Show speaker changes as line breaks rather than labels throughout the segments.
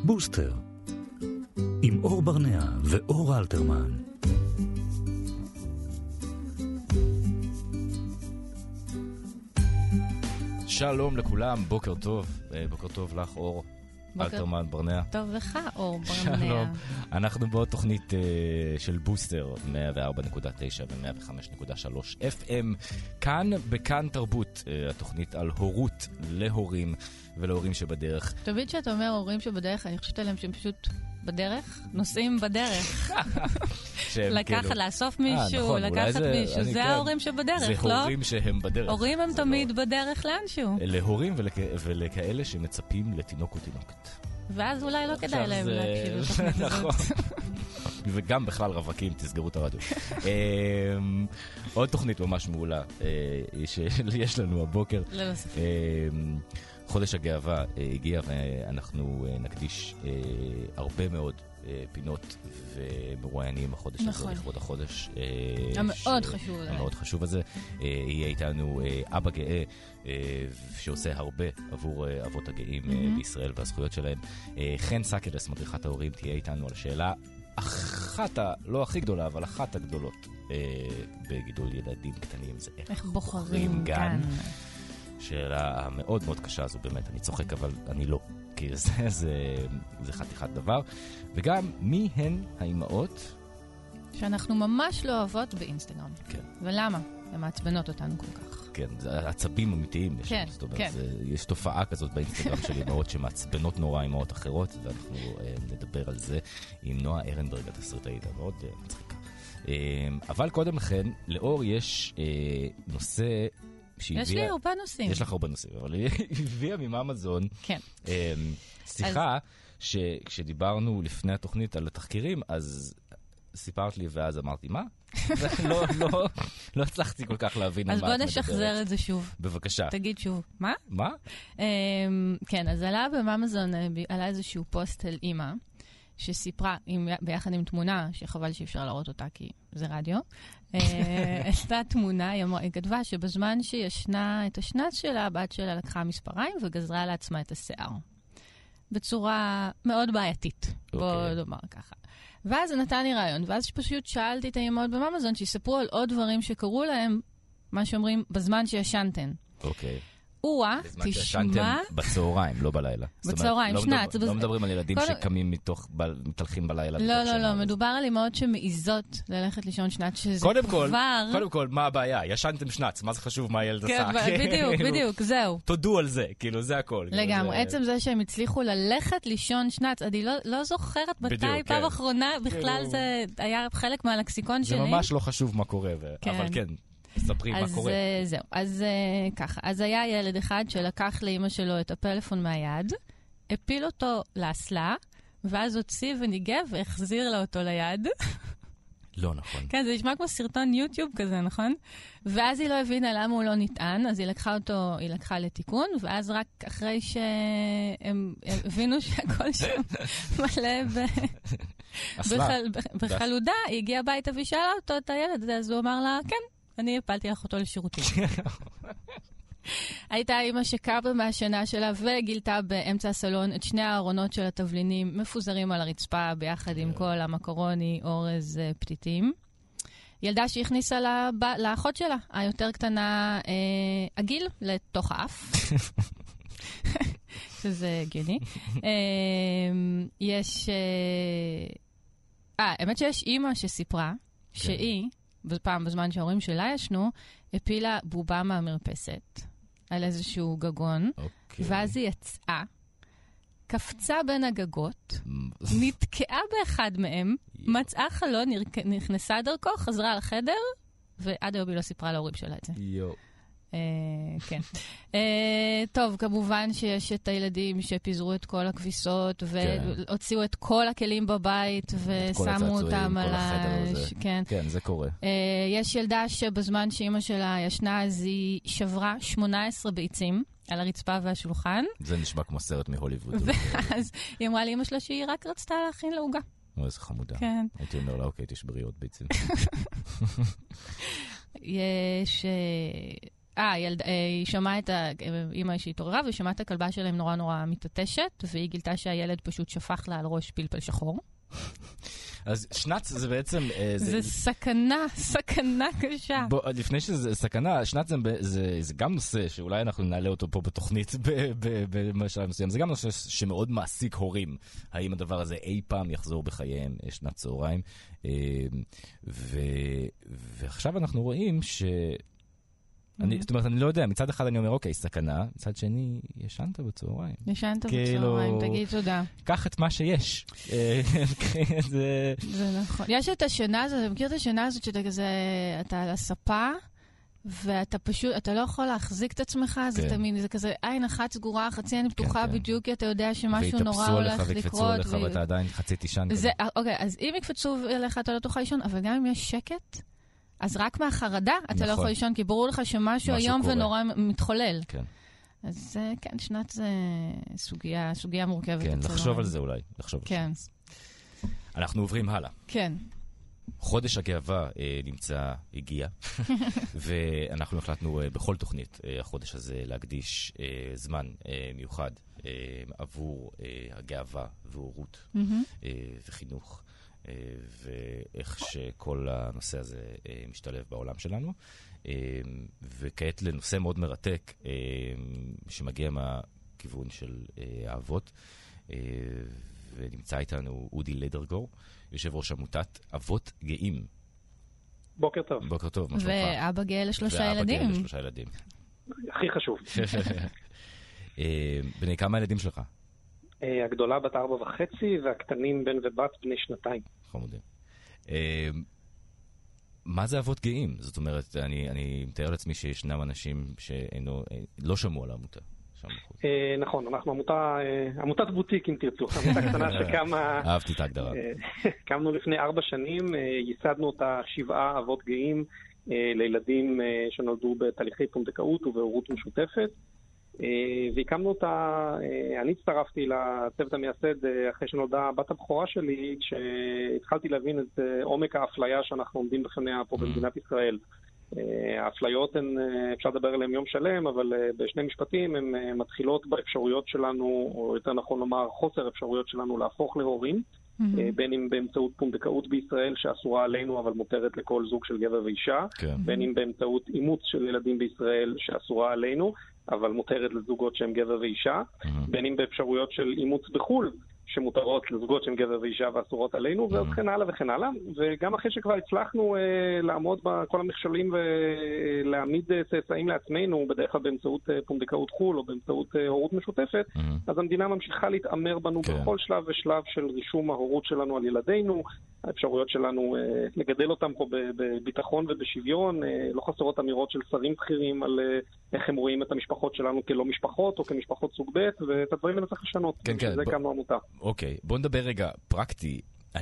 בוסטר, עם אור ברנע ואור אלתרמן.
שלום לכולם, בוקר טוב לך אור אלתרמן ברנע.
טוב לך אור ברנע.
שלום, אנחנו בעוד תוכנית של בוסטר 104.9 ו-105.3 FM, כאן בכאן תרבות, התוכנית על הורות להורים ולהורים שבדרך.
תמיד שאתה אומר הורים שבדרך, אני חושבת עליהם שהם פשוט בדרך, נוסעים בדרך. לקחת, לאסוף מישהו, לקחת מישהו, זה ההורים שבדרך, לא?
זה הורים שהם בדרך.
הורים הם תמיד בדרך לאנשהו.
להורים ולכאלה שמצפים לתינוק ותינוקת.
ואז אולי לא כדאי להם להקשיב לתוכנית הזאת.
וגם בכלל רווקים, תסגרו את הרדיו. עוד תוכנית ממש מעולה שיש לנו הבוקר.
ללא ספק.
חודש הגאווה הגיע ואנחנו נקדיש הרבה מאוד פינות ומרואיינים החודש הזה לכבוד החודש המאוד חשוב הזה. יהיה איתנו אבא גאה שעושה הרבה עבור אבות הגאים בישראל והזכויות שלהם. חן סקלס, מדריכת ההורים, תהיה איתנו על שאלה אחת, לא הכי גדולה, אבל אחת הגדולות בגידול ילדים קטנים, זה איך בוחרים גן. שאלה מאוד מאוד קשה הזו, באמת, אני צוחק, אבל אני לא, כי זה חתיכת דבר. וגם, מי הן האימהות?
שאנחנו ממש לא אוהבות באינסטגרם.
כן.
ולמה? הן מעצבנות אותנו כל כך.
כן, זה עצבים אמיתיים.
כן, כן.
יש תופעה כזאת באינסטגרם של אימהות שמעצבנות נורא אימהות אחרות, ואנחנו נדבר על זה עם נועה ארנברג, התסריטאית, מאוד מצחיקה. אבל קודם לכן, לאור יש נושא
יש לי הרבה נושאים.
יש לך הרבה נושאים, אבל היא הביאה ממאמזון.
כן.
שיחה שכשדיברנו לפני התוכנית על התחקירים, אז סיפרת לי ואז אמרתי, מה? לא הצלחתי כל כך להבין על מה את מדברת.
אז בוא נשחזר את זה שוב.
בבקשה.
תגיד שוב. מה?
מה?
כן, אז עלה במאמזון, עלה איזשהו פוסט על אימא, שסיפרה ביחד עם תמונה, שחבל שאפשר להראות אותה כי זה רדיו, עשתה תמונה, היא כתבה שבזמן שישנה את השנץ שלה, הבת שלה לקחה מספריים וגזרה לעצמה את השיער. בצורה מאוד בעייתית, בוא נאמר ככה. ואז זה נתן לי רעיון, ואז פשוט שאלתי את האימהות במאמזון, שיספרו על עוד דברים שקרו להם, מה שאומרים, בזמן שישנתן.
אוקיי.
בזמן
שישנתם בצהריים, לא בלילה.
בצהריים, שנץ.
לא מדברים על ילדים שקמים מתהלכים בלילה.
לא, מדובר על אמהות שמעיזות ללכת לישון שנץ, שזה כבר...
קודם כל, מה הבעיה? ישנתם שנץ, מה זה חשוב מה הילד עשה?
בדיוק, זהו.
תודו על זה, כאילו, זה הכל.
לגמרי, עצם זה שהם הצליחו ללכת לישון שנץ, אני לא זוכרת מתי פעם אחרונה, בכלל זה היה חלק מהלקסיקון שלי.
זה ממש לא חשוב מה קורה, אבל כן. ספרי מה קורה.
זהו, אז ככה. אז היה ילד אחד שלקח לאמא שלו את הפלאפון מהיד, הפיל אותו לאסלה, ואז הוציא וניגב והחזיר לה אותו ליד.
לא נכון.
כן, זה נשמע כמו סרטון יוטיוב כזה, נכון? ואז היא לא הבינה למה הוא לא נטען, אז היא לקחה לתיקון, ואז רק אחרי שהם הבינו שהכל שם מלא בחלודה, היא הגיעה הביתה ושאלה אותו את הילד, אז הוא אמר לה, כן. אני הפלתי לך אותו לשירותים. הייתה אמא שקרה מהשינה שלה וגילתה באמצע הסלון את שני הארונות של התבלינים מפוזרים על הרצפה ביחד עם כל המקרוני, אורז, פתיתים. ילדה שהכניסה לאחות שלה, היותר קטנה, עגיל לתוך האף. שזה הגיוני. האמת שיש אמא שסיפרה שהיא פעם בזמן שההורים שלה ישנו, הפילה בובה מהמרפסת על איזשהו גגון, ואז היא יצאה, קפצה בין הגגות, נתקעה באחד מהם, מצאה חלון, נכנסה דרכו, חזרה לחדר, ועד היום היא לא סיפרה להורים שלה את זה. כן. טוב, כמובן שיש את הילדים שפיזרו את כל הכביסות והוציאו את כל הכלים בבית ושמו אותם על
כן, זה קורה.
יש ילדה שבזמן שאמא שלה ישנה, אז היא שברה 18 ביצים על הרצפה והשולחן.
זה נשמע כמו סרט מהוליווד.
ואז היא אמרה לאמא שלה שהיא רק רצתה להכין לה עוגה.
איזה חמודה.
כן.
הייתי אומר לה, אוקיי, תשברי עוד ביצים.
יש... היא שמעה את האמא שהתעוררה, והיא שמעה את הכלבה שלהם נורא נורא מתעטשת, והיא גילתה שהילד פשוט שפך לה על ראש פלפל שחור.
אז שנץ זה בעצם...
זה סכנה קשה.
לפני שזה סכנה, שנץ זה גם נושא שאולי אנחנו נעלה אותו פה בתוכנית במשל מסוים. זה גם נושא שמאוד מעסיק הורים. האם הדבר הזה אי פעם יחזור בחייהם שנת צהריים. ועכשיו אנחנו רואים זאת אומרת, אני לא יודע, מצד אחד אני אומר, אוקיי, סכנה, מצד שני, ישנת בצהריים.
ישנת בצהריים, תגיד תודה.
קח את מה שיש.
זה נכון. יש את השינה הזאת, אתה מכיר את השינה הזאת שאתה כזה, אתה על הספה, ואתה פשוט, אתה לא יכול להחזיק את עצמך, זה כזה עין אחת סגורה, חצי עין פתוחה בדיוק, כי אתה יודע שמשהו נורא הולך לקרות.
ויקפצו עליך ואתה עדיין חצי תישן.
אוקיי, אז אם יקפצו אליך, אתה לא תוכל לישון, אבל גם אם יש שקט, אז רק מהחרדה אתה לא יכול לישון, כי ברור לך שמשהו היום ונורא מתחולל.
כן.
אז כן, שנת זה סוגיה מורכבת.
כן, לחשוב על זה אולי.
כן.
אנחנו עוברים הלאה.
כן.
חודש הגאווה הגיע, ואנחנו החלטנו בכל תוכנית החודש הזה להקדיש זמן מיוחד עבור הגאווה והורות וחינוך. ואיך שכל הנושא הזה משתלב בעולם שלנו. וכעת לנושא מאוד מרתק שמגיע מהכיוון של האבות, ונמצא איתנו אודי לדרגור, יושב ראש עמותת אבות גאים.
בוקר טוב.
בוקר טוב, מה שלומך?
ואבא גאה לשלושה ילדים.
ואבא גאה לשלושה ילדים.
הכי חשוב.
בני כמה ילדים שלך?
הגדולה בת 4.5 והקטנים בן ובת בני 2.
חמודים. מה זה אבות גאים? זאת אומרת, אני מתאר לעצמי שישנם אנשים שלא שמעו על העמותה.
נכון, אנחנו עמותת בוטיק אם תרצו, עמותה קטנה שקמה...
אהבתי את ההגדרה.
קמנו לפני 4 שנים, ייסדנו אותה 7 אבות גאים לילדים שנולדו בתהליכי פונדקאות ובהורות משותפת. והקמנו אותה, אני הצטרפתי לצוות המייסד אחרי שנולדה בת הבכורה שלי, כשהתחלתי להבין את עומק האפליה שאנחנו עומדים בפניה פה במדינת ישראל. האפליות הן, אפשר לדבר עליהן יום שלם, אבל בשני משפטים הן מתחילות באפשרויות שלנו, או יותר נכון לומר חוסר אפשרויות שלנו להפוך להורים, בין אם באמצעות פונדקאות בישראל שאסורה עלינו אבל מותרת לכל זוג של גבר ואישה, בין אם באמצעות אימוץ של ילדים בישראל שאסורה עלינו אבל מותרת לזוגות שהם גבר ואישה, בין אם באפשרויות של אימוץ בחול שמותרות לזוגות שהם גבר ואישה ואסורות עלינו, וכן הלאה וכן הלאה. וגם אחרי שכבר הצלחנו לעמוד בכל המכשולים ולהעמיד צאצאים לעצמנו, בדרך כלל באמצעות פונדקאות חול או באמצעות הורות משותפת, אז המדינה ממשיכה להתאמר בנו בכל שלב ושלב של רישום ההורות שלנו על ילדינו, האפשרויות שלנו לגדל אותם פה בביטחון ובשוויון, לא חסרות אמירות של שרים בכירים על איך הם רואים את המשפחות שלנו כלא משפחות או כמשפחות סוג ב', ואת הדברים האלה צריך לשנות. זה קמנו עמותה.
אוקיי, בוא נדבר רגע פרקטי.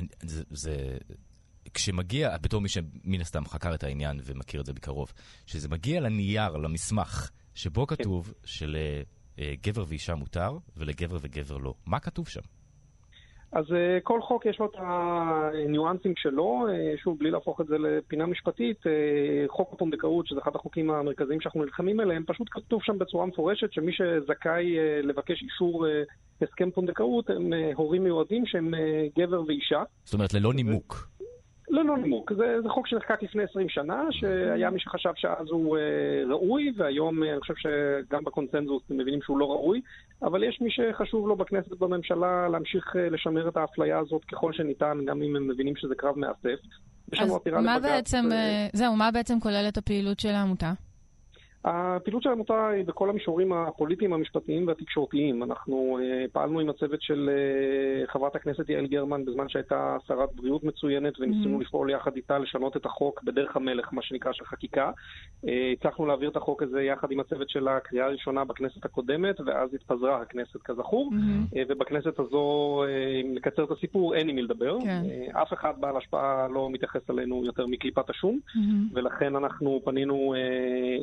כשמגיע, בתור מי שמן הסתם חקר את העניין ומכיר את זה בקרוב, שזה מגיע לנייר, למסמך, שבו כתוב שלגבר ואישה מותר ולגבר וגבר לא. מה כתוב שם?
אז כל חוק יש לו את הניואנסים שלו, שוב, בלי להפוך את זה לפינה משפטית, חוק הפונדקאות, שזה אחד החוקים המרכזיים שאנחנו נלחמים אליהם, פשוט כתוב שם בצורה מפורשת שמי שזכאי לבקש אישור הסכם פונדקאות הם הורים מיועדים שהם גבר ואישה.
זאת אומרת, ללא נימוק.
לא נימוק. זה חוק שנחקק לפני 20 שנה, שהיה מי שחשב שאז הוא ראוי, והיום אני חושב שגם בקונצנזוס הם מבינים שהוא לא ראוי, אבל יש מי שחשוב לו בכנסת ובממשלה להמשיך לשמר את האפליה הזאת ככל שניתן, גם אם הם מבינים שזה קרב מאסף.
אז מה בעצם כוללת הפעילות של העמותה?
הפעילות של העמותה היא בכל המישורים הפוליטיים, המשפטיים והתקשורתיים. אנחנו פעלנו עם הצוות של חברת הכנסת יעל גרמן בזמן שהייתה שרת בריאות מצוינת, וניסינו לפעול יחד איתה לשנות את החוק בדרך המלך, מה שנקרא של חקיקה. הצלחנו להעביר את החוק הזה יחד עם הצוות של הקריאה הראשונה בכנסת הקודמת, ואז התפזרה הכנסת כזכור. ובכנסת הזו, אם לקצר את הסיפור, אין עם מי לדבר. אף אחד בעל השפעה לא מתייחס עלינו יותר מקליפת השום, ולכן אנחנו פנינו לערוץ של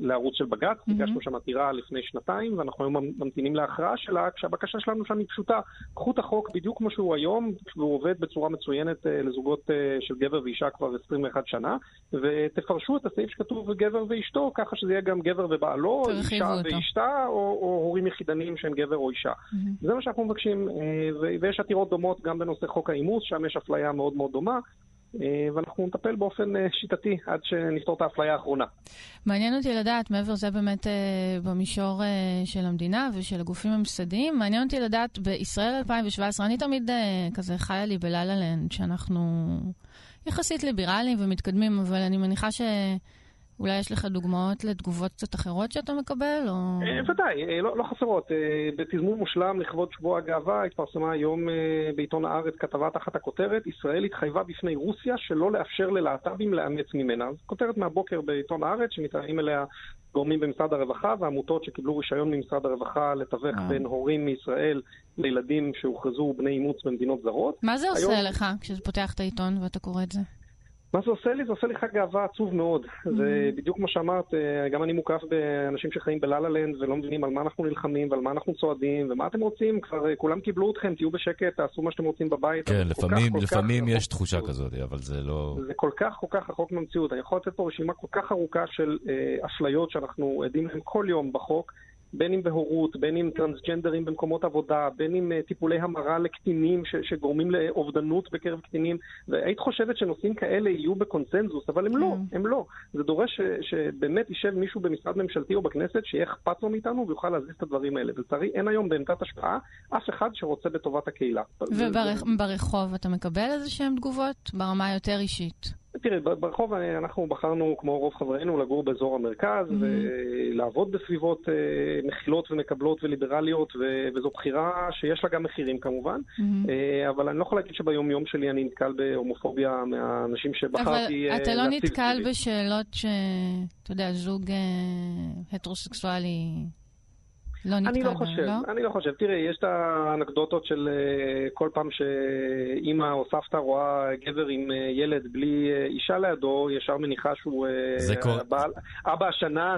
לבג"ץ, הגשנו שם עתירה לפני שנתיים, ואנחנו היום ממתינים להכרעה שלה, כשהבקשה שלנו שם היא פשוטה. קחו את החוק בדיוק כמו שהוא היום, והוא עובד בצורה מצוינת לזוגות של גבר ואישה כבר 21 שנה, ותפרשו את הסעיף שכתוב גבר ואשתו, ככה שזה יהיה גם גבר ובעלו, אישה ואשתה, או הורים יחידניים שהם גבר או אישה. זה מה שאנחנו מבקשים, ויש עתירות דומות גם בנושא חוק האימוץ, שם יש אפליה מאוד מאוד דומה, ואנחנו נטפל באופן שיטתי עד שנפתור את האפליה האחרונה.
מעניין אותי לדעת, מעבר זה באמת במישור של המדינה ושל הגופים הממסדיים, מעניין אותי לדעת, בישראל 2017, אני תמיד כזה חיה לי בלה-לה לנד, שאנחנו יחסית ליברליים ומתקדמים, אבל אני מניחה אולי יש לך דוגמאות לתגובות קצת אחרות שאתה מקבל?
ודאי, לא חסרות. בתזמון מושלם לכבוד שבוע הגאווה התפרסמה היום בעיתון הארץ כתבה תחת הכותרת, ישראל התחייבה בפני רוסיה שלא לאפשר ללהט"בים לאמץ ממנה. זו כותרת מהבוקר בעיתון הארץ שמתארים אליה גורמים במשרד הרווחה והעמותות שקיבלו רישיון ממשרד הרווחה לתווך בין הורים מישראל לילדים שהוכרזו בני אימוץ במדינות זרות.
מה זה עושה לך כשאתה פותח את העיתון ואתה קורא את זה?
מה זה עושה לי? זה עושה לי חג גאווה עצוב מאוד. זה בדיוק כמו שאמרת, גם אני מוקף באנשים שחיים בלה-לה-לנד ולא מבינים על מה אנחנו נלחמים ועל מה אנחנו צועדים ומה אתם רוצים, כבר כולם קיבלו אתכם, תהיו בשקט, תעשו מה שאתם רוצים בבית.
כן, לפעמים יש תחושה כזאת, אבל זה לא...
זה כל כך רחוק מהמציאות. אני יכול לתת פה רשימה כל כך ארוכה של אפליות שאנחנו עדים להם כל יום בחוק, בין אם בהורות, בין אם טרנסג'נדרים במקומות עבודה, בין אם טיפולי המרה לקטינים שגורמים לאובדנות בקרב קטינים, והיית חושבת שנושאים כאלה יהיו בקונסנזוס, אבל הם לא. זה דורש שבאמת יישב מישהו במשרד ממשלתי או בכנסת שיהיה אכפת לו מאיתנו ויוכל להזיז את הדברים האלה. ולצערי אין היום בעמדת השפעה אף אחד שרוצה בטובת הקהילה.
וברחוב אתה מקבל איזה שהן תגובות ברמה יותר אישית?
תראה, ברחוב אנחנו בחרנו, כמו רוב חברינו, לגור באזור המרכז ולעבוד בסביבות מכילות ומקבלות וליברליות, וזו בחירה שיש לה גם מחירים כמובן, אבל אני לא יכול להגיד שביום יום שלי אני נתקל בהומופוביה מהאנשים שבחרתי...
אבל אתה לא נתקל בשאלות אתה יודע, זוג הטרוסקסואלי...
אני לא חושב. תראה, יש את האנקדוטות של כל פעם שאמא או סבתא רואה גבר עם ילד בלי אישה לידו, ישר מניחה שהוא אבא השנה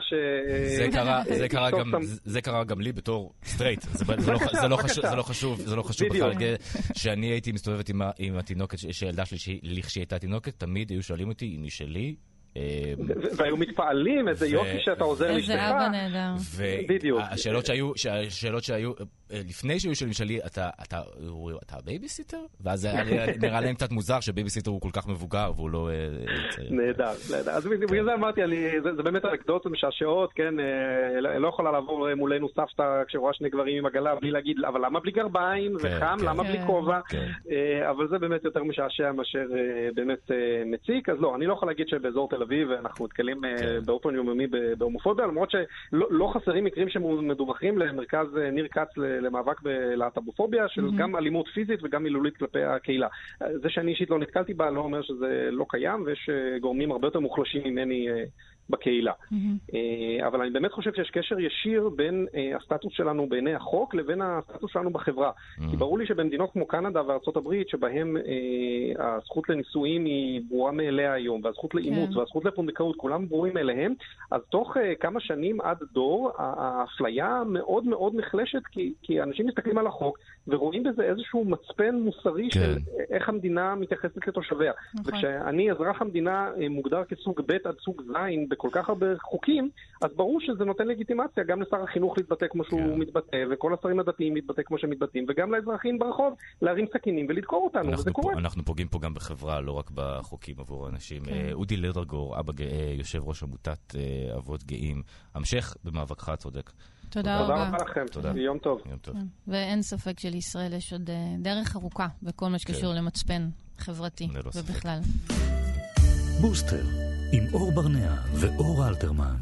זה קרה גם לי בתור סטרייט. זה לא חשוב בכלל. שאני הייתי מסתובבת עם התינוקת שילדה שלי, לכשהייתה תינוקת, תמיד היו שואלים אותי אם היא שלי,
והיו מתפעלים, איזה יופי שאתה עוזר לשתך.
איזה אבא נהדר.
בדיוק.
השאלות שהיו, לפני שהיו שואלים שלי, אתה הבייביסיטר? ואז נראה להם קצת מוזר שבייביסיטר הוא כל כך מבוגר, והוא לא...
נהדר. אז בגלל זה אמרתי, זה באמת אנקדוטות משעשעות, כן? לא יכולה לעבור מולנו סבתא כשרואה שני גברים עם עגלה, בלי להגיד, אבל למה בלי גרביים? וחם, למה בלי כובע? אבל זה באמת יותר משעשע מאשר באמת מציק. אז לא, אני לא יכול להגיד שבאזור תל אביב אנחנו נתקלים באופן יומיומי בהומופוביה, למרות שלא חסרים מקרים שמדווחים למרכז ניר כץ למאבק בלהט"בופוביה, של גם אלימות פיזית וגם מילולית כלפי הקהילה. זה שאני אישית לא נתקלתי בה, לא אומר שזה לא קיים, ויש גורמים הרבה יותר מוחלשים ממני בקהילה. אבל אני באמת חושב שיש קשר ישיר בין הסטטוס שלנו בעיני החוק לבין הסטטוס שלנו בחברה. כי ברור לי שבמדינות כמו קנדה וארצות הברית, שבהם הזכות לנישואים היא ברורה מאליה היום, והזכות לאימוץ והזכות לפונדקאות, כולם ברורים אליהם, אז תוך כמה שנים עד דור, האפליה מאוד מאוד נחלשת, כי אנשים מסתכלים על החוק ורואים בזה איזשהו מצפן מוסרי של איך המדינה מתייחסת לתושביה. וכשאני אזרח המדינה מוגדר כסוג ב' עד סוג ז' בכל כך הרבה חוקים, אז ברור שזה נותן לגיטימציה גם לשר החינוך להתבטא כמו שהוא מתבטא, וכל השרים הדתיים מתבטא כמו שמתבטאים, וגם לאזרחים ברחוב להרים סכינים ולדקור אותנו, וזה קורה.
אנחנו פוגעים פה גם בחברה, לא רק בחוקים עבור האנשים. אודי לדרגור, אבא יושב ראש עמותת אבות גאים, המשך במאבקך הצודק.
תודה רבה.
תודה רבה לכם. יום טוב.
ואין ספק שלישראל יש עוד דרך ארוכה בכל מה שקשור למצפן חברתי ובכלל.
בוסטר עם אור ברנע ואור אלתרמן.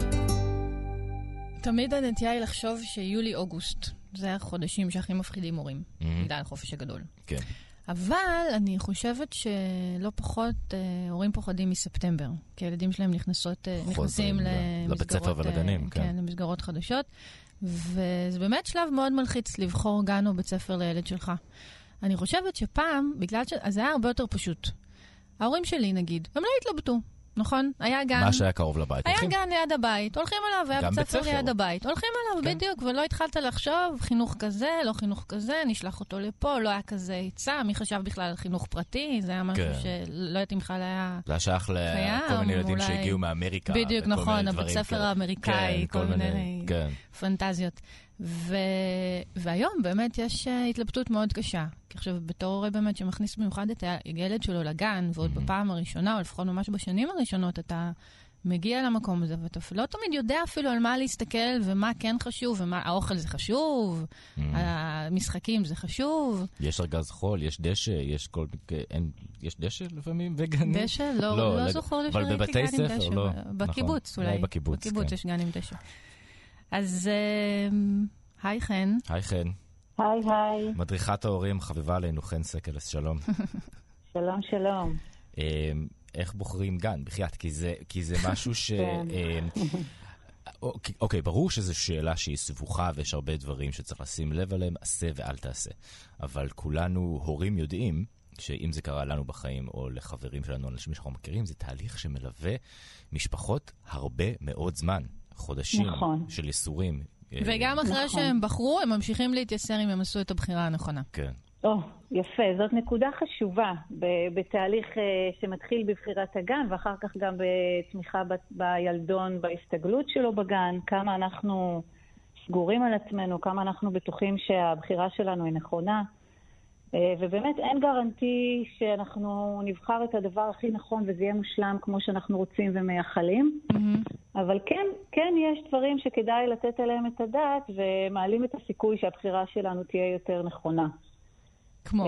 תמיד הנטייה היא לחשוב שיולי-אוגוסט זה החודשים שהכי מפחידים הורים, בגלל החופש הגדול.
כן.
אבל אני חושבת שלא פחות הורים פוחדים מספטמבר, כי הילדים שלהם נכנסים
לבית ספר ולגנים,
כן, למסגרות חדשות, וזה באמת שלב מאוד מלחיץ לבחור גן או בית ספר לילד שלך. אני חושבת שפעם, בגלל שזה היה הרבה יותר פשוט. ההורים שלי, נגיד, הם לא התלבטו. נכון? היה גן.
מה שהיה קרוב לבית.
היה גן ליד הבית, הולכים אליו, היה בית ספר ליד הבית. הולכים אליו, בדיוק, ולא התחלת לחשוב, חינוך כזה, לא חינוך כזה, נשלח אותו לפה, לא היה כזה היצע, מי חשב בכלל על חינוך פרטי, זה היה משהו שלא יודעת אם בכלל היה...
זה היה שייך לכל מיני ילדים שהגיעו מאמריקה.
בדיוק, נכון, הבית ספר האמריקאי, כל מיני פנטזיות. והיום באמת יש התלבטות מאוד קשה. כי עכשיו בתור הורה באמת שמכניס במיוחד את הילד שלו לגן, ועוד בפעם הראשונה, או לפחות ממש בשנים הראשונות, אתה מגיע למקום הזה, ואתה לא תמיד יודע אפילו על מה להסתכל, ומה כן חשוב, ומה האוכל זה חשוב, המשחקים זה חשוב.
יש ארגז חול, יש דשא, יש דשא לפעמים בגנים?
דשא? לא זוכר לי שראיתי גן עם דשא.
לא.
בקיבוץ אולי.
בקיבוץ,
בקיבוץ יש גן עם דשא. אז היי חן.
היי חן.
היי.
מדריכת ההורים חביבה עלינו, חן סקלס, שלום.
שלום, שלום.
איך בוחרים גן? בחייאת, כי זה משהו ש... אוקיי, ברור שזו שאלה שהיא סבוכה ויש הרבה דברים שצריך לשים לב עליהם, עשה ואל תעשה. אבל כולנו הורים יודעים שאם זה קרה לנו בחיים או לחברים שלנו, אנשים שאנחנו מכירים, זה תהליך שמלווה משפחות הרבה מאוד זמן. חודשים של ייסורים.
וגם אחרי שהם בחרו, הם ממשיכים להתייסר אם הם עשו את הבחירה הנכונה.
כן.
יפה, זאת נקודה חשובה בתהליך שמתחיל בבחירת הגן, ואחר כך גם בתמיכה בילדון, בהסתגלות שלו בגן, כמה אנחנו סגורים על עצמנו, כמה אנחנו בטוחים שהבחירה שלנו היא נכונה. ובאמת אין גרנטי שאנחנו נבחר את הדבר הכי נכון וזה יהיה מושלם כמו שאנחנו רוצים ומייחלים. אבל כן יש דברים שכדאי לתת עליהם את הדעת ומעלים את הסיכוי שהבחירה שלנו תהיה יותר נכונה.
כמו?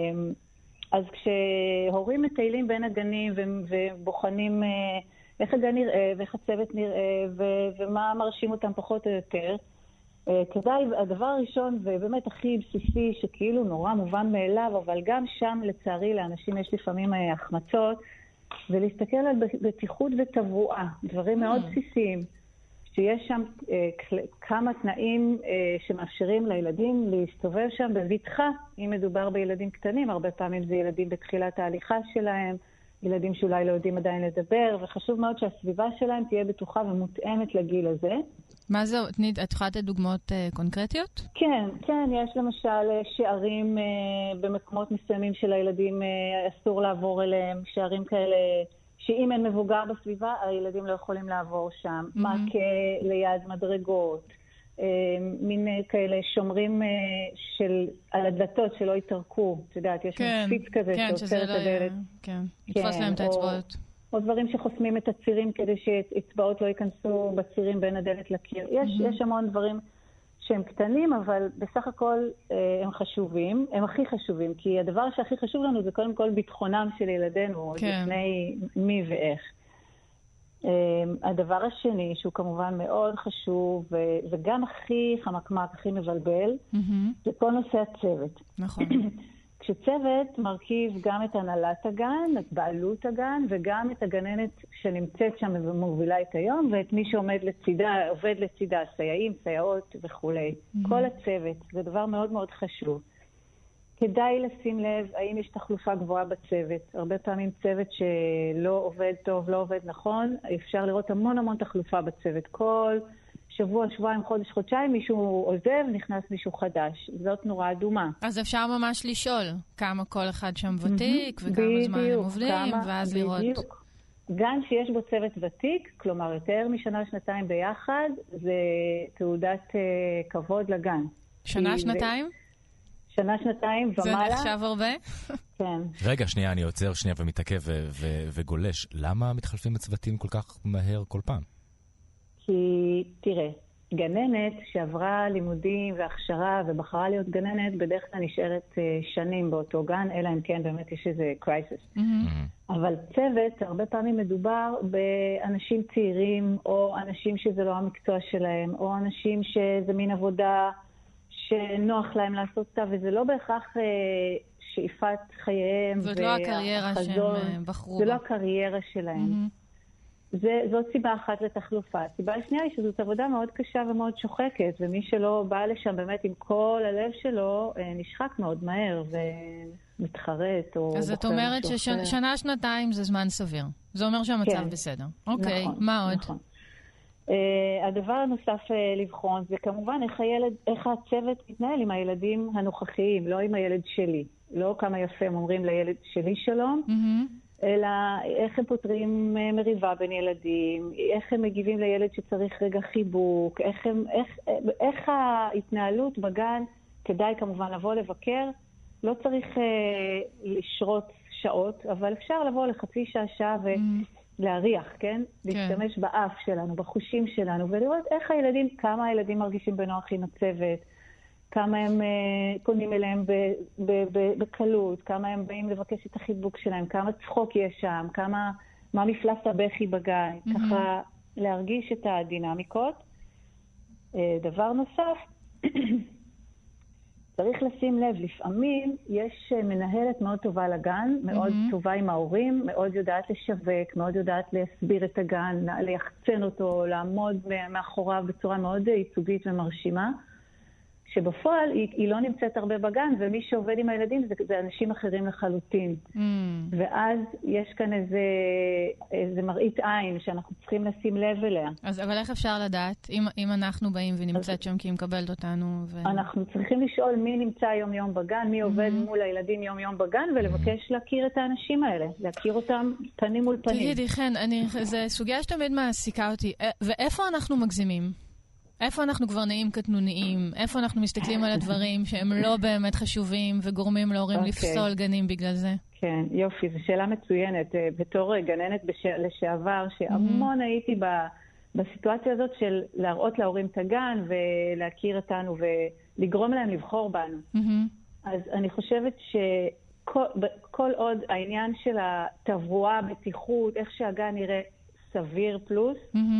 אז כשהורים מטיילים בין הגנים ובוחנים איך הגן נראה ואיך הצוות נראה ומה מרשים אותם פחות או יותר, כדאי, הדבר הראשון ובאמת הכי בסיסי שכאילו נורא מובן מאליו, אבל גם שם לצערי לאנשים יש לפעמים החמצות, ולהסתכל על בטיחות ותבואה, דברים מאוד בסיסיים, שיש שם כמה תנאים שמאפשרים לילדים להסתובב שם בבטחה, אם מדובר בילדים קטנים, הרבה פעמים זה ילדים בתחילת ההליכה שלהם, ילדים שאולי לא יודעים עדיין לדבר, וחשוב מאוד שהסביבה שלהם תהיה בטוחה ומותאמת לגיל הזה.
מה זה? את יכולה לתת דוגמאות קונקרטיות?
כן, יש למשל שערים במקומות מסוימים של הילדים אסור לעבור אליהם, שערים כאלה שאם אין מבוגר בסביבה, הילדים לא יכולים לעבור שם. מעקה ליד מדרגות, מין כאלה שומרים על הדלתות שלא יתרקו. את יודעת, יש מפיץ כזה שעוצר את הדלת.
כן, יתפוס להם את האצבעות.
או דברים שחוסמים את הצירים כדי שאצבעות לא ייכנסו בצירים בין הדלת לקיר. יש המון דברים שהם קטנים, אבל בסך הכל הם חשובים, הם הכי חשובים, כי הדבר שהכי חשוב לנו זה קודם כל ביטחונם של ילדינו, לפני מי ואיך. הדבר השני, שהוא כמובן מאוד חשוב, וגם הכי חמקמק, הכי מבלבל, זה כל נושא הצוות.
נכון.
כשצוות מרכיב גם את הנהלת הגן, את בעלות הגן, וגם את הגננת שנמצאת שם ומובילה את היום, ואת מי שעומד לצידה, עובד לצידה, סייעים, סייעות וכו'. כל הצוות, זה דבר מאוד מאוד חשוב. כדאי לשים לב האם יש תחלופה גבוהה בצוות. הרבה פעמים צוות שלא עובד טוב, לא עובד נכון, אפשר לראות המון תחלופה בצוות. כל שבוע, שבועיים, חודש, חודשיים, מישהו עוזב, נכנס מישהו חדש. זאת נורא אדומה.
אז אפשר ממש לשאול כמה כל אחד שם ותיק, וכמה זמן הם עובדים, ואז לראות. בדיוק.
גן שיש בו צוות ותיק, כלומר יותר משנה, שנתיים ביחד, זה תעודת כבוד לגן.
שנה, שנתיים?
שנה, שנתיים ומעלה.
זה נחשב הרבה?
כן.
רגע, שנייה, אני עוצר שנייה ומתעכב וגולש. למה מתחלפים הצוותים כל כך מהר כל פעם?
כי, תראה, גננת שעברה לימודים והכשרה ובחרה להיות גננת, בדרך כלל נשארת שנים באותו גן, אלא אם כן באמת יש איזה קרייסיס. אבל צוות, הרבה פעמים מדובר באנשים צעירים, או אנשים שזה לא המקצוע שלהם, או אנשים שזה מין עבודה שנוח להם לעשות אותה, וזה לא בהכרח שאיפת חייהם.
זאת לא הקריירה שהם בחרו.
זה לא הקריירה שלהם. זאת סיבה אחת לתחלופה. הסיבה השנייה היא שזאת עבודה מאוד קשה ומאוד שוחקת, ומי שלא בא לשם באמת עם כל הלב שלו, נשחק מאוד מהר ומתחרט או...
אז את אומרת ששנה, שנתיים זה זמן סביר. זה אומר שהמצב בסדר. אוקיי, מה עוד?
נכון. הדבר הנוסף לבחון זה כמובן איך הצוות מתנהל עם הילדים הנוכחיים, לא עם הילד שלי. לא כמה יפה הם אומרים לילד שלי שלום, אלא איך הם פותרים מריבה בין ילדים, איך הם מגיבים לילד שצריך רגע חיבוק, איך ההתנהלות בגן, כדאי כמובן לבוא לבקר, לא צריך לשרות שעות, אבל אפשר לבוא לחצי שעה ולהריח, כן? להשתמש באף שלנו, בחושים שלנו, ולראות איך הילדים, כמה הילדים מרגישים בנוח עם הצוות, כמה הם פונים אליהם בקלות, כמה הם באים לבקש את החיבוק שלהם, כמה צחוק יש שם, מה מפלס הבכי בגן, ככה להרגיש את הדינמיקות. דבר נוסף, צריך לשים לב, לפעמים יש מנהלת מאוד טובה לגן, מאוד טובה עם ההורים, מאוד יודעת לשווק, מאוד יודעת להסביר את הגן, ליחצן אותו, לעמוד מאחוריו בצורה מאוד ייצוגית ומרשימה. שבפועל היא לא נמצאת הרבה בגן, ומי שעובד עם הילדים זה אנשים אחרים לחלוטין. ואז יש כאן איזה מראית עין שאנחנו צריכים לשים לב אליה.
אבל איך אפשר לדעת, אם אנחנו באים ונמצאת שם כי היא מקבלת אותנו?
אנחנו צריכים לשאול מי נמצא יום-יום בגן, מי עובד מול הילדים יום-יום בגן, ולבקש להכיר את האנשים האלה, להכיר אותם פנים מול פנים.
תגידי, חן, זו סוגיה שתמיד מעסיקה אותי, ואיפה אנחנו מגזימים? איפה אנחנו כבר נעים קטנוניים? איפה אנחנו מסתכלים על הדברים שהם לא באמת חשובים וגורמים להורים לפסול גנים בגלל זה?
כן, יופי, זו שאלה מצוינת. בתור גננת לשעבר, שהמון הייתי בסיטואציה הזאת של להראות להורים את הגן ולהכיר אותנו ולגרום להם לבחור בנו. אז אני חושבת שכל עוד העניין של התברואה, הבטיחות, איך שהגן נראה סביר פלוס,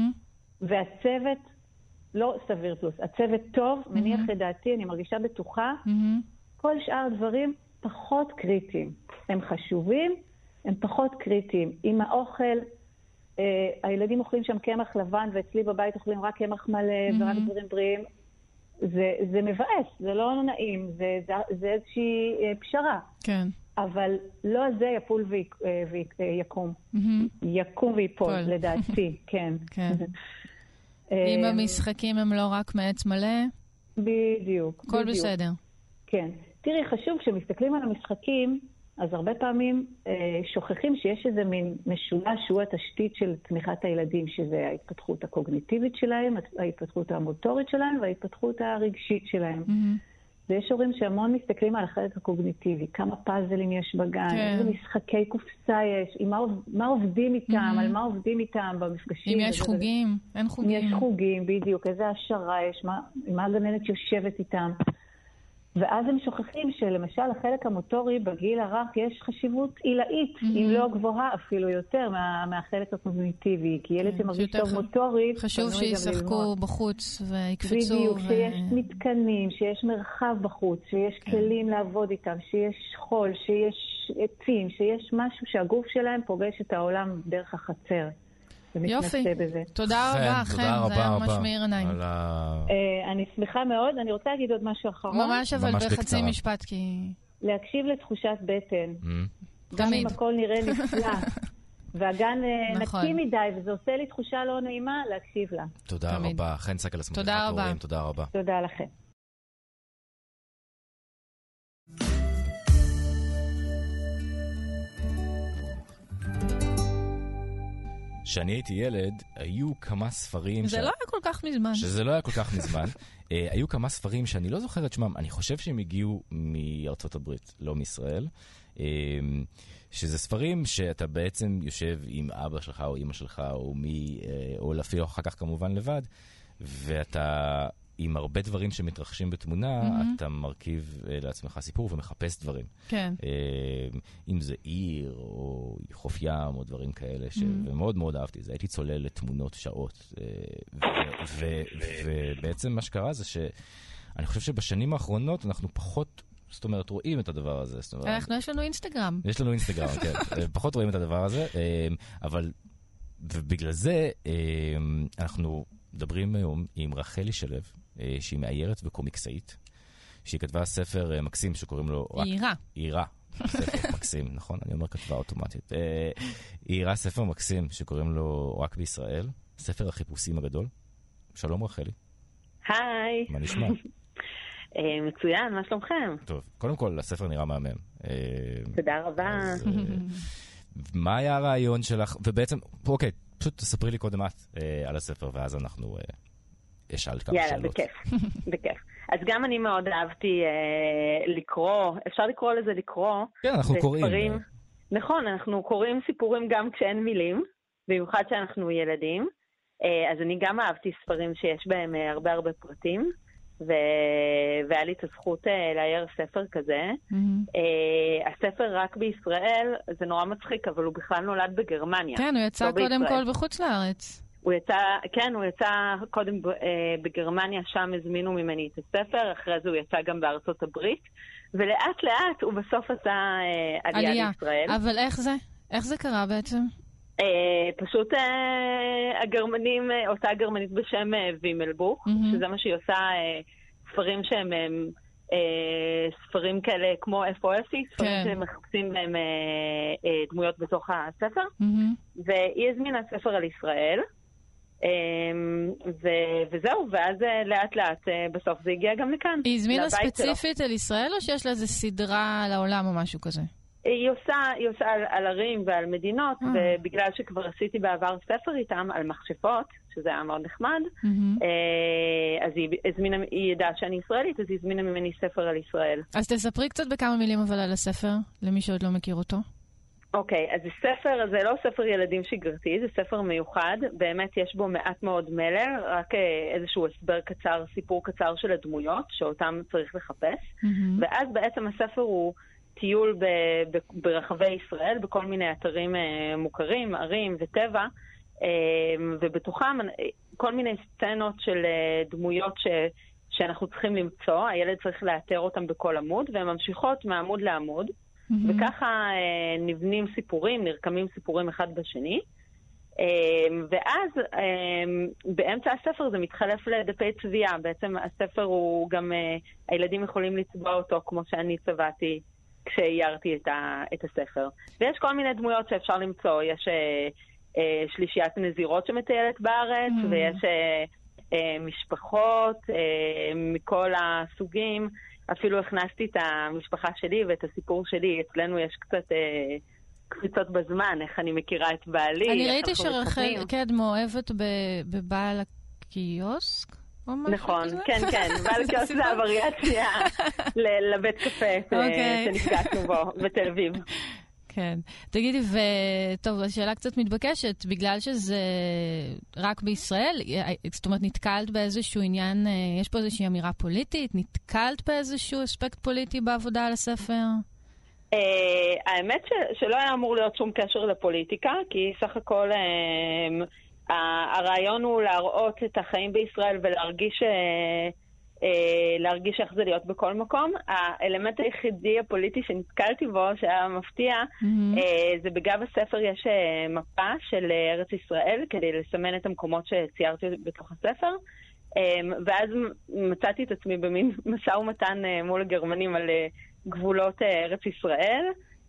והצוות לא סביר פלוס. הצוות טוב, מניח לדעתי, אני מרגישה בטוחה. כל שאר הדברים פחות קריטיים. הם חשובים, הם פחות קריטיים. עם האוכל, הילדים אוכלים שם קמח לבן, ואצלי בבית אוכלים רק קמח מלא ורק דברים בריאים. זה מבאס, זה לא נעים, זה איזושהי פשרה.
כן.
אבל לא זה יפול ויקום. יקום ויפול, לדעתי, כן.
כן. אם המשחקים הם לא רק מעץ מלא,
בדיוק.
הכל בסדר.
כן. תראי, חשוב, כשמסתכלים על המשחקים, אז הרבה פעמים שוכחים שיש איזה מין משולש שהוא התשתית של תמיכת הילדים, שזה ההתפתחות הקוגניטיבית שלהם, ההתפתחות המוטורית שלהם וההתפתחות הרגשית שלהם. ויש הורים שהמון מסתכלים על החלק הקוגניטיבי, כמה פאזלים יש בגן, איזה משחקי קופסה יש, מה עובדים איתם, על מה עובדים איתם במפגשים.
אם יש חוגים, אין חוגים.
אם יש חוגים, בדיוק, איזה השערה יש, מה הגננת יושבת איתם. ואז הם שוכחים שלמשל החלק המוטורי בגיל הרך יש חשיבות עילאית, אם לא גבוהה אפילו יותר מהחלק הקוגניטיבי, כי ילד שמרגיש טוב מוטורית,
חשוב שישחקו בחוץ ויקפצו.
בדיוק, שיש מתקנים, שיש מרחב בחוץ, שיש כלים לעבוד איתם, שיש חול, שיש עצים, שיש משהו שהגוף שלהם פוגש את העולם דרך החצר.
יופי, תודה רבה, חן, זה היה ממש מאיר עיניים.
אני שמחה מאוד, אני רוצה להגיד עוד משהו אחרון.
ממש אבל בחצי משפט, כי...
להקשיב לתחושת בטן. גם אם הכל נראה נפלא, והגן נקי מדי, וזה עושה לי תחושה לא נעימה, להקשיב לה.
תודה רבה, חן סגל הסמכת.
תודה רבה.
תודה רבה.
תודה לכם.
כשאני הייתי ילד, היו כמה ספרים...
זה לא היה כל כך מזמן.
שזה לא היה כל כך מזמן. היו כמה ספרים שאני לא זוכר את שמם, אני חושב שהם הגיעו מארצות הברית, לא מישראל. שזה ספרים שאתה בעצם יושב עם אבא שלך או אמא שלך, או אפילו אחר כך כמובן לבד, ואתה... עם הרבה דברים שמתרחשים בתמונה, אתה מרכיב לעצמך סיפור ומחפש דברים.
כן.
אם זה עיר, או חוף ים, או דברים כאלה, ומאוד מאוד אהבתי את זה. הייתי צולל לתמונות שעות. ובעצם מה שקרה זה שאני חושב שבשנים האחרונות אנחנו פחות, זאת אומרת, רואים את הדבר הזה.
יש לנו אינסטגרם.
יש לנו אינסטגרם, כן. פחות רואים את הדבר הזה, אבל... ובגלל זה אנחנו מדברים היום עם רחלי שלו, שהיא מאיירת וקומיקסאית, שהיא כתבה ספר מקסים שקוראים לו... עירה. ספר מקסים, נכון? אני אומר כתבה אוטומטית. היא עירה ספר מקסים שקוראים לו רק בישראל, ספר החיפושים הגדול. שלום רחלי.
היי.
מה נשמע?
מצוין, מה שלומכם?
טוב, קודם כל, הספר נראה מהמם.
תודה רבה.
מה היה הרעיון שלך? ובעצם, אוקיי, פשוט תספרי לי קודם את על הספר, ואז אנחנו אשאל כמה שאלות.
יאללה, בכיף. אז גם אני מאוד אהבתי לקרוא, אפשר לקרוא לזה לקרוא.
כן, אנחנו קוראים.
נכון, אנחנו קוראים סיפורים גם כשאין מילים, במיוחד שאנחנו ילדים. אז אני גם אהבתי ספרים שיש בהם הרבה פרטים, והיה לי את הזכות לאייר ספר כזה. הספר רק בישראל, זה נורא מצחיק, אבל הוא בכלל נולד בגרמניה.
כן, הוא יצא קודם כל בחוץ לארץ.
הוא יצא קודם בגרמניה, שם הזמינו ממני את הספר, אחרי זה הוא יצא גם בארצות הברית, ולאט לאט הוא בסוף עשה עלייה לישראל.
אבל איך זה? איך זה קרה בעצם?
פשוט הגרמנים, אותה גרמנית בשם וימלבוך, שזה מה שהיא עושה, ספרים שהם ספרים כאלה כמו FOSי, ספרים שמחפשים בהם דמויות בתוך הספר, והיא הזמינה ספר על ישראל, וזהו, ואז לאט לאט בסוף זה הגיע גם לכאן.
היא הזמינה ספציפית על ישראל או שיש לה איזה סדרה על העולם או משהו כזה?
היא עושה על ערים ועל מדינות, ובגלל שכבר עשיתי בעבר ספר איתם על מכשפות, שזה היה מאוד נחמד, אז היא ידעה שאני ישראלית, אז היא הזמינה ממני ספר על ישראל.
אז תספרי קצת בכמה מילים אבל על הספר, למי שעוד לא מכיר אותו.
אוקיי, אז הספר הזה לא ספר ילדים שגרתי, זה ספר מיוחד, באמת יש בו מעט מאוד מלל, רק איזשהו הסבר קצר, סיפור קצר של הדמויות, שאותם צריך לחפש, ואז בעצם הספר הוא טיול ברחבי ישראל, בכל מיני אתרים מוכרים, ערים וטבע, ובתוכם כל מיני סצנות של דמויות שאנחנו צריכים למצוא, הילד צריך לאתר אותם בכל עמוד, והן ממשיכות מעמוד לעמוד, וככה נבנים סיפורים, נרקמים סיפורים אחד בשני, ואז באמצע הספר זה מתחלף לדפי צביעה, בעצם הספר הוא גם, הילדים יכולים לצבוע אותו כמו שאני צבעתי כשאיירתי את הספר. ויש כל מיני דמויות שאפשר למצוא, יש שלישיית נזירות שמטיילת בארץ, ויש משפחות מכל הסוגים, אפילו הכנסתי את המשפחה שלי ואת הסיפור שלי, אצלנו יש קצת קפיצות בזמן, איך אני מכירה את בעלי.
אני ראיתי שרחל קדמו אוהבת בבעל הקיוסק,
נכון, כן, בעל הקיוסק זה הווריאציה לבית קפה שנפגשנו בו בתל אביב.
כן. תגידי, וטוב, השאלה קצת מתבקשת, בגלל שזה רק בישראל, זאת אומרת, נתקלת באיזשהו עניין, יש פה איזושהי אמירה פוליטית, נתקלת באיזשהו אספקט פוליטי בעבודה על הספר?
האמת שלא היה אמור להיות שום קשר לפוליטיקה, כי סך הכל הרעיון הוא להראות את החיים בישראל ולהרגיש איך זה להיות בכל מקום. האלמנט היחידי הפוליטי שנתקלתי בו, שהיה מפתיע, זה בגב הספר יש מפה של ארץ ישראל, כדי לסמן את המקומות שציירתי בתוך הספר, ואז מצאתי את עצמי במין משא ומתן מול הגרמנים על גבולות ארץ ישראל,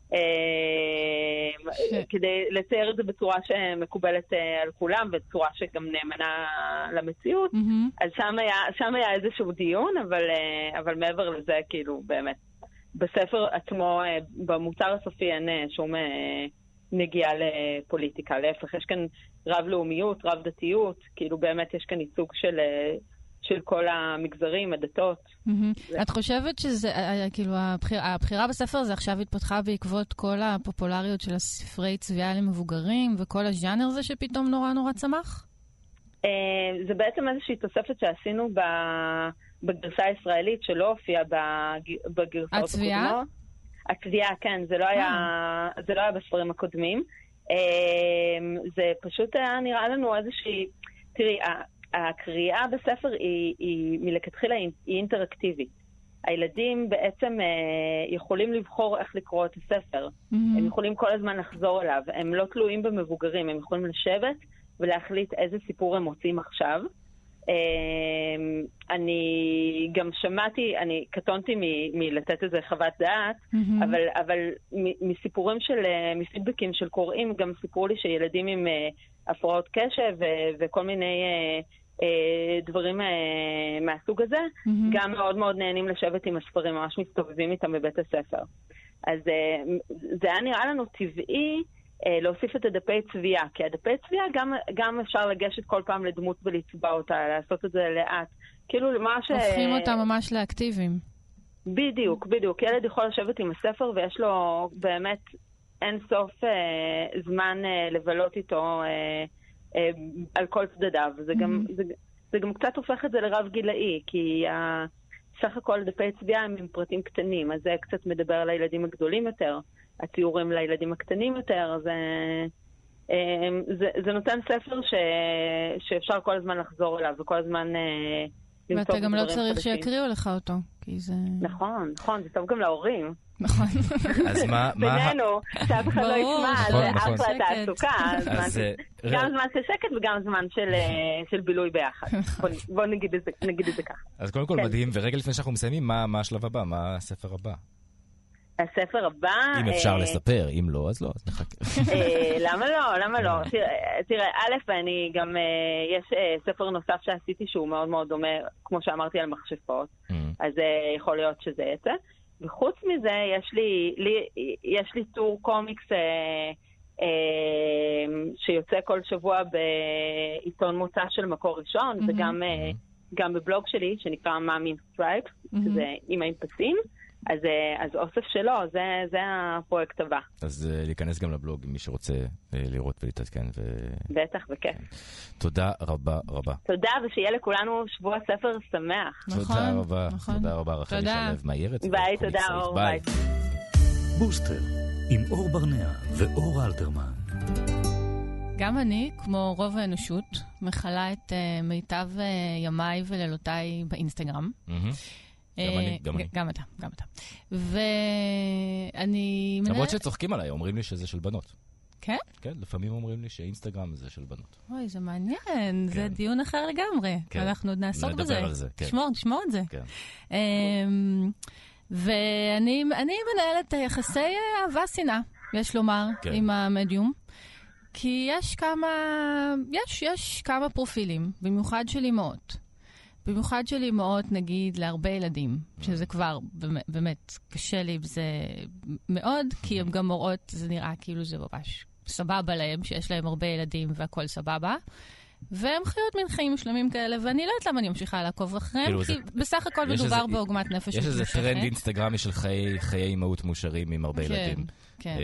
כדי לצייר את זה בצורה שמקובלת על כולם, ובצורה שגם נאמנה למציאות. אז שם היה איזשהו דיון, אבל מעבר לזה, כאילו, באמת, בספר עצמו, במוצר הסופי אין שום נגיעה לפוליטיקה. להפך, יש כאן רב-לאומיות, רב-דתיות, כאילו באמת יש כאן ייצוג של כל המגזרים, הדתות.
את חושבת שזה, כאילו, הבחירה בספר הזה עכשיו התפתחה בעקבות כל הפופולריות של הספרי צביעה למבוגרים, וכל הז'אנר הזה שפתאום נורא צמח?
זה בעצם איזושהי תוספת שעשינו בגרסה הישראלית, שלא הופיעה בגרסאות הקודמות.
הצביעה?
הצביעה, כן, זה לא היה בספרים הקודמים. זה פשוט היה נראה לנו איזושהי, תראי, הקריאה בספר היא מלכתחילה היא אינטראקטיבית. הילדים בעצם יכולים לבחור איך לקרוא את הספר. הם יכולים כל הזמן לחזור אליו. הם לא תלויים במבוגרים, הם יכולים לשבת ולהחליט איזה סיפור הם מוצאים עכשיו. אני גם שמעתי, אני קטונתי מלתת איזה חוות דעת, אבל מסיפורים מפידבקים של קוראים, גם סיפרו לי שילדים עם הפרעות קשב וכל מיני דברים מהסוג הזה, גם מאוד מאוד נהנים לשבת עם הספרים, ממש מסתובבים איתם בבית הספר. אז זה היה נראה לנו טבעי להוסיף את הדפי צביעה, כי הדפי צביעה גם אפשר לגשת כל פעם לדמות ולצבע אותה, לעשות את זה לאט. כאילו ממש...
הופכים אותה ממש לאקטיביים.
בדיוק, בדיוק. ילד יכול לשבת עם הספר ויש לו באמת אין סוף זמן לבלות איתו על כל צדדיו. זה גם קצת הופך את זה לרב גילאי, כי סך הכל דפי צביעה הם עם פרטים קטנים, אז זה קצת מדבר על הילדים הגדולים יותר. הציורים לילדים הקטנים יותר, זה נותן ספר שאפשר כל הזמן לחזור אליו, וכל הזמן
ואתה גם לא צריך שיקריאו לך אותו, כי זה...
נכון, זה טוב גם להורים.
נכון.
אז מה...
בינינו, שאף אחד לא ישמע, זה אחלה תעסוקה, גם זמן של שקט וגם זמן של בילוי ביחד. בואו נגיד את זה ככה.
אז קודם כל מדהים, ורגע לפני שאנחנו מסיימים, מה השלב הבא? מה הספר הבא?
הספר הבא...
אם אפשר לספר, אם לא, אז לא, אז נחכה.
למה לא? תראה, ואני גם... יש ספר נוסף שעשיתי שהוא מאוד מאוד דומה, כמו שאמרתי, על מכשפות, אז יכול להיות שזה יצא. וחוץ מזה, יש לי טור קומיקס שיוצא כל שבוע בעיתון מוצא של מקור ראשון, וגם בבלוג שלי, שנקרא מאמי סטרייפ, שזה אמא עם פסים. אז אוסף שלו, זה הפרויקט הבא.
אז להיכנס גם לבלוג, מי שרוצה לראות ולהתעדכן.
בטח, וכיף.
תודה רבה רבה.
תודה, ושיהיה לכולנו שבוע ספר שמח.
תודה רבה. תודה רבה, רחלי שלו מהירת.
ביי, תודה, אור. ביי.
בוסטר, עם אור ברנע ואור אלתרמן.
גם אני, כמו רוב האנושות, מחלה את מיטב ימיי ולילותיי באינסטגרם. גם אתה. ואני...
למרות שצוחקים עליי, אומרים לי שזה של בנות.
כן?
כן, לפעמים אומרים לי שאינסטגרם זה של בנות.
אוי, זה מעניין, זה דיון אחר לגמרי. אנחנו עוד נעסוק בזה.
נדבר על זה, כן.
תשמור את זה. ואני מנהלת יחסי אהבה שנאה, יש לומר, עם המדיום. כי יש כמה פרופילים, במיוחד של אמהות. במיוחד של אמהות, נגיד, להרבה ילדים, שזה כבר באמת קשה לי בזה מאוד, כי הם גם מורות, זה נראה כאילו זה ממש סבבה להם, שיש להם הרבה ילדים והכל סבבה, והם חיות מין חיים שלמים כאלה, ואני לא יודעת למה אני ממשיכה לעקוב אחריהם, כי בסך הכל מדובר בעוגמת נפש.
יש איזה טרנד אינסטגרמי של חיי אימהות מאושרים עם הרבה ילדים.
כן.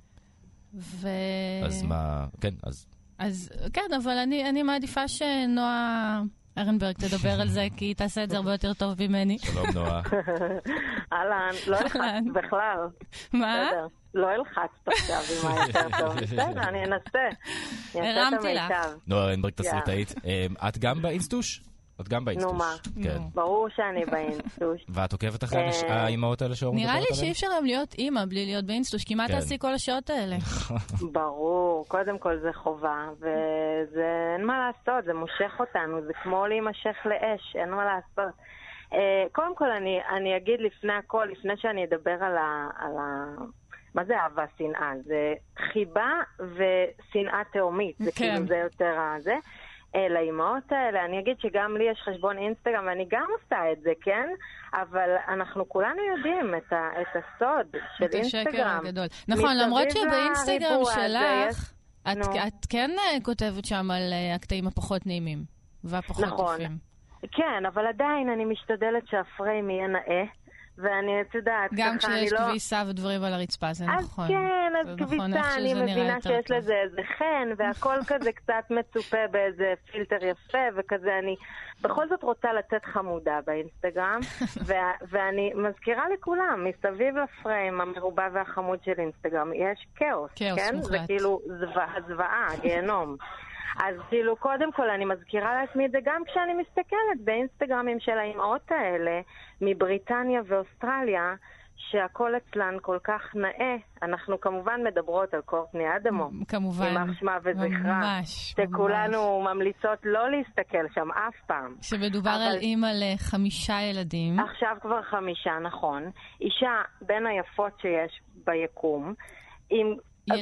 אז מה, כן,
אז כן, אבל אני מעדיפה שנועה ארנברג תדבר על זה, כי היא תעשה את זה הרבה יותר טוב ממני.
שלום נועה.
אהלן, לא אלחצת בכלל.
מה?
לא אלחצת עכשיו עם היותר טוב. בסדר, אני אנסה.
הרמתי לך.
נועה ארנברג תסריטאית. את גם באינסטוש? את גם באינסטוש.
נו מה, ברור שאני באינסטוש.
ואת עוקבת אחרי האימהות האלה שאור מדברת עליהן?
נראה לי שאי אפשר גם להיות אימא בלי להיות באינסטוש, כי מה תעשי כל השעות האלה?
ברור, קודם כל זה חובה, וזה אין מה לעשות, זה מושך אותנו, זה כמו להימשך לאש, אין מה לעשות. קודם כל אני אגיד לפני הכל, לפני שאני אדבר על מה זה אהבה שנאה? זה חיבה ושנאה תאומית, זה כאילו זה יותר הזה. לאימהות האלה, אני אגיד שגם לי יש חשבון אינסטגרם ואני גם עושה את זה, כן? אבל אנחנו כולנו יודעים את הסוד של אינסטגרם.
את השקר הגדול. נכון, למרות שבאינסטגרם שלך, את כן כותבת שם על הקטעים הפחות נעימים והפחות יפים.
כן, אבל עדיין אני משתדלת שהפריים יהיה נאה. ואני יודעת,
גם כשיש כביסה ודברים על הרצפה, זה נכון.
אז כן, אז כביסה, אני מבינה שיש לזה איזה חן, והכל כזה קצת מצופה באיזה פילטר יפה, וכזה אני בכל זאת רוצה לתת חמודה באינסטגרם, ואני מזכירה לכולם, מסביב לפריים המרובע והחמוד של אינסטגרם, יש כאוס, כן? זה כאילו הזוועה, גיהנום. אז כאילו, קודם כל, אני מזכירה לעצמי את זה גם כשאני מסתכלת באינסטגרמים של האימהות האלה, מבריטניה ואוסטרליה, שהכל אצלן כל כך נאה. אנחנו כמובן מדברות על קורטני אדמו.
כמובן.
יימח שמה וזכרה.
ממש.
שכולנו ממליצות לא להסתכל שם אף פעם.
שמדובר על אימא ל5 ילדים.
עכשיו כבר 5, נכון. אישה בין היפות שיש ביקום, עם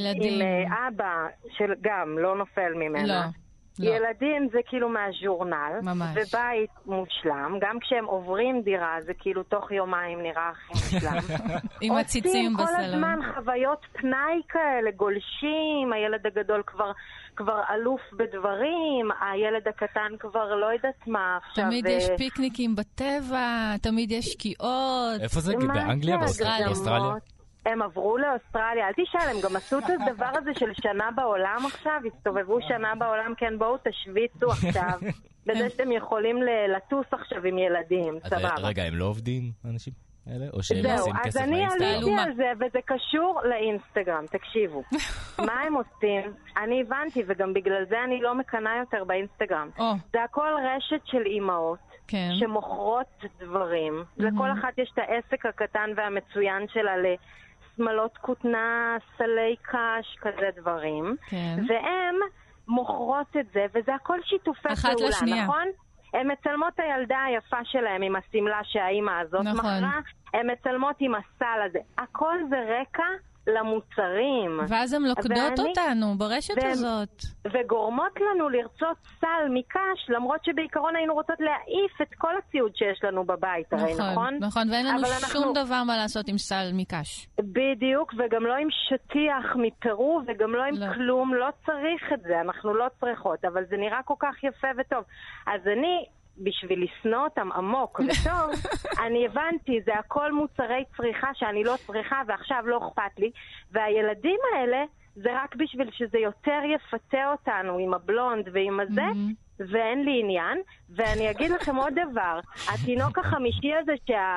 אבא שגם לא נופל ממנה.
לא.
ילדים זה כאילו מהז'ורנל,
ממש.
ובית מושלם, גם כשהם עוברים דירה זה כאילו תוך יומיים נראה הכי מושלם.
עם הציצים בסלון.
עושים כל הזמן חוויות פנאי כאלה, גולשים, הילד הגדול כבר אלוף בדברים, הילד הקטן כבר לא יודעת מה עכשיו.
תמיד יש פיקניקים בטבע, תמיד יש שקיעות.
איפה זה? באנגליה? באוסטרליה?
הם עברו לאוסטרליה, אל תשאל, הם גם עשו את הדבר הזה של שנה בעולם עכשיו, הסתובבו שנה בעולם, כן, בואו תשוויצו עכשיו, בזה שאתם יכולים לטוס עכשיו עם ילדים, סבבה.
רגע, הם לא עובדים, האנשים האלה? או שהם
זהו,
עושים
אז
כסף
אני
לאינסטגרם?
עליתי על זה, וזה קשור לאינסטגרם, תקשיבו. מה הם עושים? אני הבנתי, וגם בגלל זה אני לא מקנה יותר באינסטגרם. זה הכל רשת של אימהות.
כן.
שמוכרות דברים. לכל אחת יש את העסק הקטן והמצוין שלה לשמלות כותנה, סלי קש, כזה דברים.
כן.
והם מוכרות את זה, וזה הכל שיתופי פעולה, לשנייה. נכון? הן מצלמות הילדה היפה שלהם עם הסמלה שהאימא הזאת
נכון.
מכרה, הן מצלמות עם הסל הזה. הכל זה רקע למוצרים.
ואז הן לוקדות אותנו ברשת הזאת.
וגורמות לנו לרצות סל מקש, למרות שבעיקרון היינו רוצות להעיף את כל הציוד שיש לנו בבית, הרי נכון?
נכון, ואין לנו שום דבר מה לעשות עם סל מקש.
בדיוק, וגם לא עם שטיח מפרו, וגם לא עם כלום, לא צריך את זה, אנחנו לא צריכות, אבל זה נראה כל כך יפה וטוב. אז אני... בשביל לסנוע אותם עמוק וטוב, אני הבנתי, זה הכל מוצרי צריכה שאני לא צריכה ועכשיו לא אכפת לי, והילדים האלה זה רק בשביל שזה יותר יפתה אותנו עם הבלונד ועם הזה, ואין לי עניין. ואני אגיד לכם עוד דבר, התינוק החמישי הזה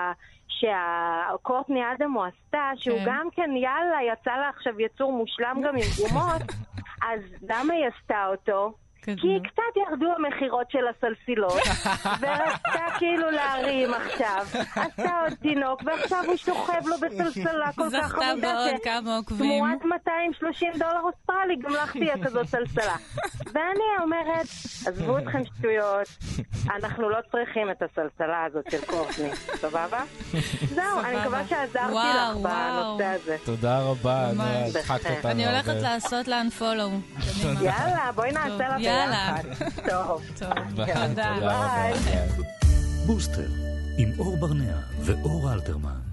שהקורטני אדמו עשתה, שהוא גם כן יאללה, יצא לה עכשיו יצור מושלם גם עם גומות, אז למה היא עשתה אותו? כי קצת ירדו המחירות של הסלסילות, ורצתה כאילו להרים עכשיו. עשתה עוד תינוק, ועכשיו הוא שוכב לו בסלסלה כל כך חמודה.
זכתה בעוד כמה עוקבים.
תמורת $230 אוסטרלי, גם לך תהיה כזאת סלסלה. ואני אומרת, עזבו אתכם שטויות, אנחנו לא צריכים את הסלסלה הזאת של קורטני, סבבה? זהו, אני מקווה שעזרתי לך בנושא הזה.
תודה רבה, צחקת אותנו.
אני הולכת לעשות לה unfollow.
יאללה, בואי נעשה לה
יאללה.
טוב.
תודה.
ביי.
בוסטר, עם אור ברנע ואור אלתרמן.